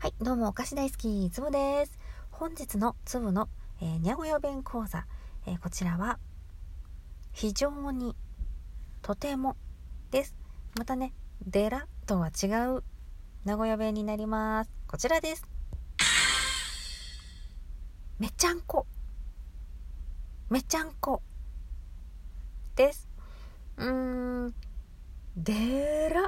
はい、どうもお菓子大好きつぶです。本日のつぶの、名古屋弁講座、こちらは非常にとてもです。またね、でらとは違う名古屋弁になります。こちらです。めちゃんこです。でら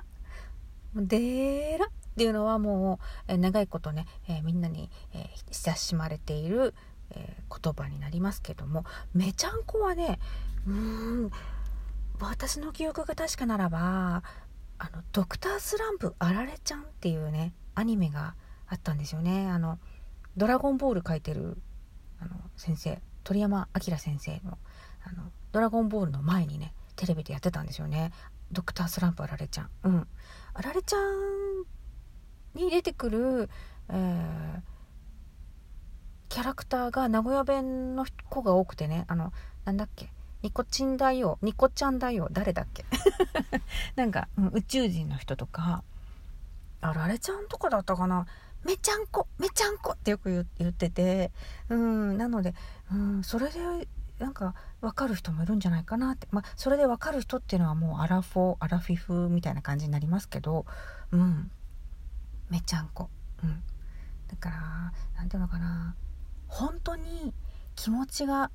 っていうのはもう、長いことね、みんなに、親しまれている、言葉になりますけども、めちゃんこはね、私の記憶が確かならばドクタースランプあられちゃんっていうねアニメがあったんですよね。ドラゴンボール書いてる先生、鳥山明先生のドラゴンボールの前にねテレビでやってたんですよね。ドクタースランプあられちゃん、あられちゃんに出てくる、キャラクターが名古屋弁の子が多くてね、なんだっけ、ニコちゃんだよ誰だっけなんか、宇宙人の人とかあられちゃんとかだったかな、めちゃんこってよく言ってて、なので、それでなんか分かる人もいるんじゃないかなって、それで分かる人っていうのはもうアラフィフみたいな感じになりますけど、めちゃんこ、だからなんていうのかな、本当に気持ちが、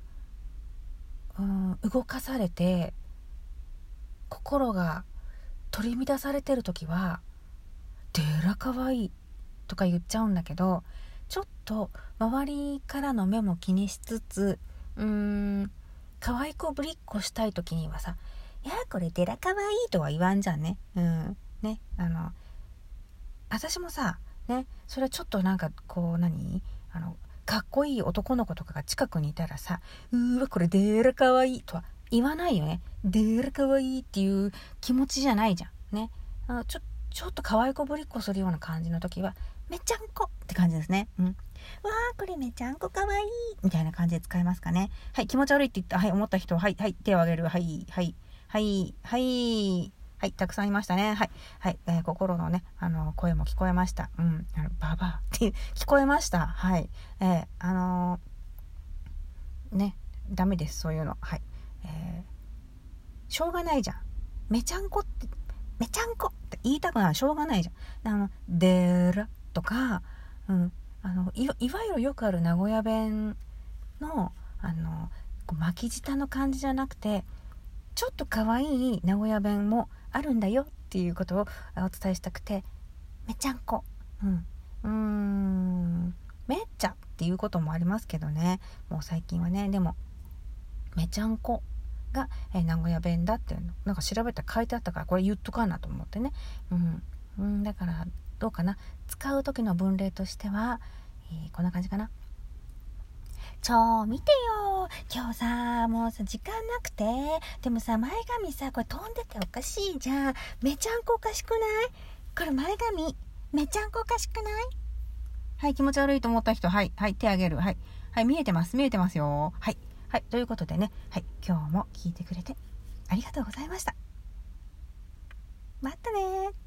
動かされて心が取り乱されてる時はでらかわいいとか言っちゃうんだけど、ちょっと周りからの目も気にしつつ可愛い子ぶりっこしたい時にはさ、いやこれでらかわいいとは言わんじゃんね。ね、私もさね、それちょっとなんかこうかっこいい男の子とかが近くにいたらさ、これでらかわいいとは言わないよね。でらかわいいっていう気持ちじゃないじゃんね。ちょっと可愛い子ぶりっこするような感じの時はめちゃんこって感じですね。これめちゃんこかわいいみたいな感じで使いますかね。はい、気持ち悪いって言った、思った人は手を挙げる。たくさんいましたね。心のね声も聞こえました。ババアって聞こえました。ね、ダメです、そういうの。しょうがないじゃん。めちゃんこって言いたくない、しょうがないじゃん。でらとか、いわゆるよくある名古屋弁の巻き舌の感じじゃなくて、ちょっと可愛い名古屋弁もあるんだよっていうことをお伝えしたくて、めちゃんこ、めっちゃっていうこともありますけどね、もう最近はね。でもめちゃんこが、名古屋弁だっていうのなんか調べたら書いてあったから、これ言っとかなと思ってね。だからどうかな、使う時の文例としては、こんな感じかな。見てよ、今日さもうさ時間なくて、でもさ前髪さこれ飛んでておかしいじゃん。めちゃんこおかしくない？これ前髪めちゃんこおかしくない？はい、気持ち悪いと思った人、手挙げる。見えてますよ。ということでね、今日も聞いてくれてありがとうございました。またね。